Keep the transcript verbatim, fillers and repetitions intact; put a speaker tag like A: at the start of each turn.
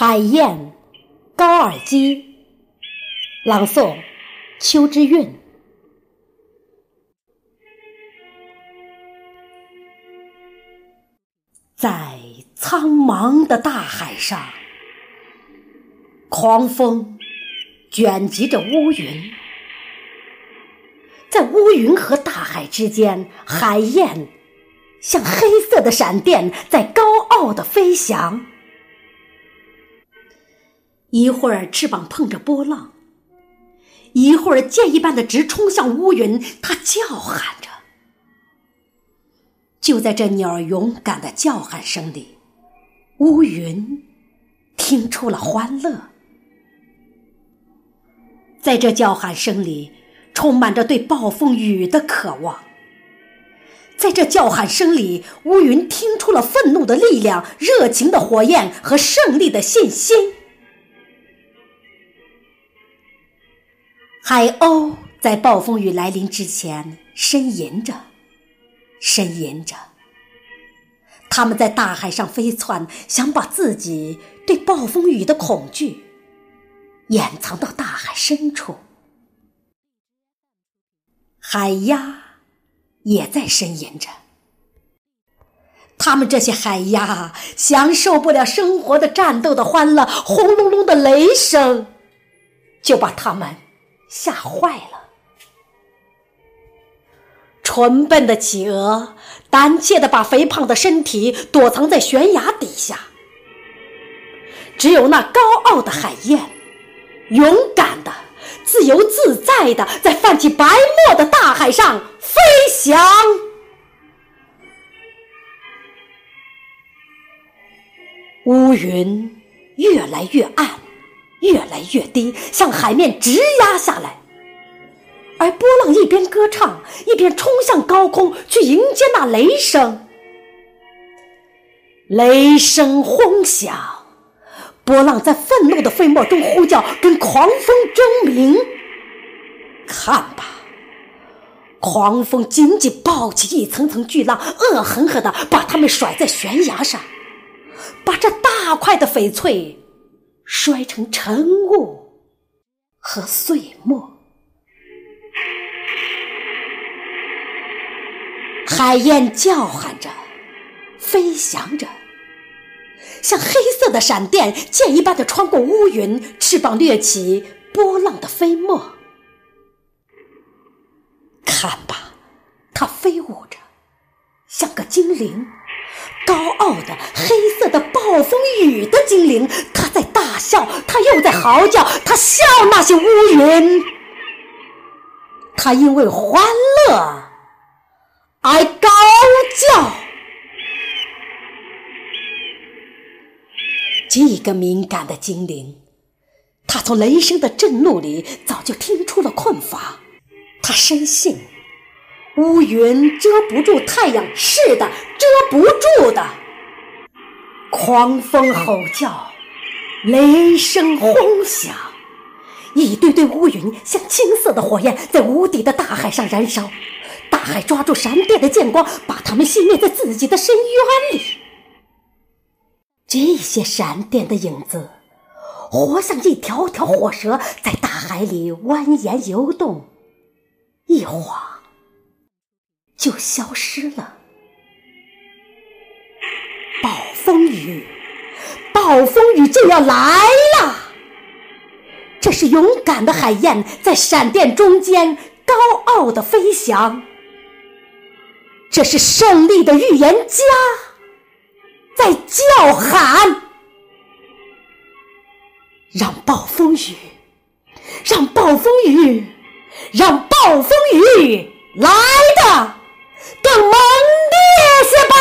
A: 海燕，高尔基，朗诵邱之韵。在苍茫的大海上，狂风卷集着乌云，在乌云和大海之间，海燕像黑色的闪电在高傲地飞翔，一会儿翅膀碰着波浪，一会儿箭一般的直冲向乌云，它叫喊着。就在这鸟儿勇敢的叫喊声里，乌云听出了欢乐。在这叫喊声里，充满着对暴风雨的渴望。在这叫喊声里，乌云听出了愤怒的力量、热情的火焰和胜利的信心。海鸥在暴风雨来临之前呻吟着，呻吟着，它们在大海上飞窜，想把自己对暴风雨的恐惧掩藏到大海深处。海鸭也在呻吟着，它们这些海鸭享受不了生活的战斗的欢乐，轰隆隆的雷声就把它们吓坏了。蠢笨的企鹅胆怯地把肥胖的身体躲藏在悬崖底下，只有那高傲的海燕勇敢地自由自在地在泛起白沫的大海上飞翔。乌云越来越暗，越来越低，向海面直压下来，而波浪一边歌唱，一边冲向高空去迎接那雷声。雷声轰响，波浪在愤怒的飞沫中呼叫，跟狂风争鸣。看吧，狂风紧紧抱起一层层巨浪，恶狠狠地把它们甩在悬崖上，把这大块的翡翠摔成晨雾和碎末。海燕叫喊着，飞翔着，像黑色的闪电箭一般地穿过乌云，翅膀掠起波浪的飞沫。看吧，它飞舞着，像个精灵，高傲的黑色的暴风雨的精灵。它在大笑，它又在嚎叫，它笑那些乌云，它因为欢乐而高叫。这个敏感的精灵，他从雷声的震怒里早就听出了困乏。他深信乌云遮不住太阳，是的，遮不住的。狂风吼叫，雷声轰响，一堆堆乌云像青色的火焰在无底的大海上燃烧。大海抓住闪电的剑光，把它们熄灭在自己的深渊里。这些闪电的影子活像一条条火蛇，在大海里蜿蜒游动，一晃就消失了。暴风雨，暴风雨就要来了！这是勇敢的海燕在闪电中间高傲地飞翔，这是胜利的预言家在叫喊。让暴风雨，让暴风雨，让暴风雨来的更猛烈些吧！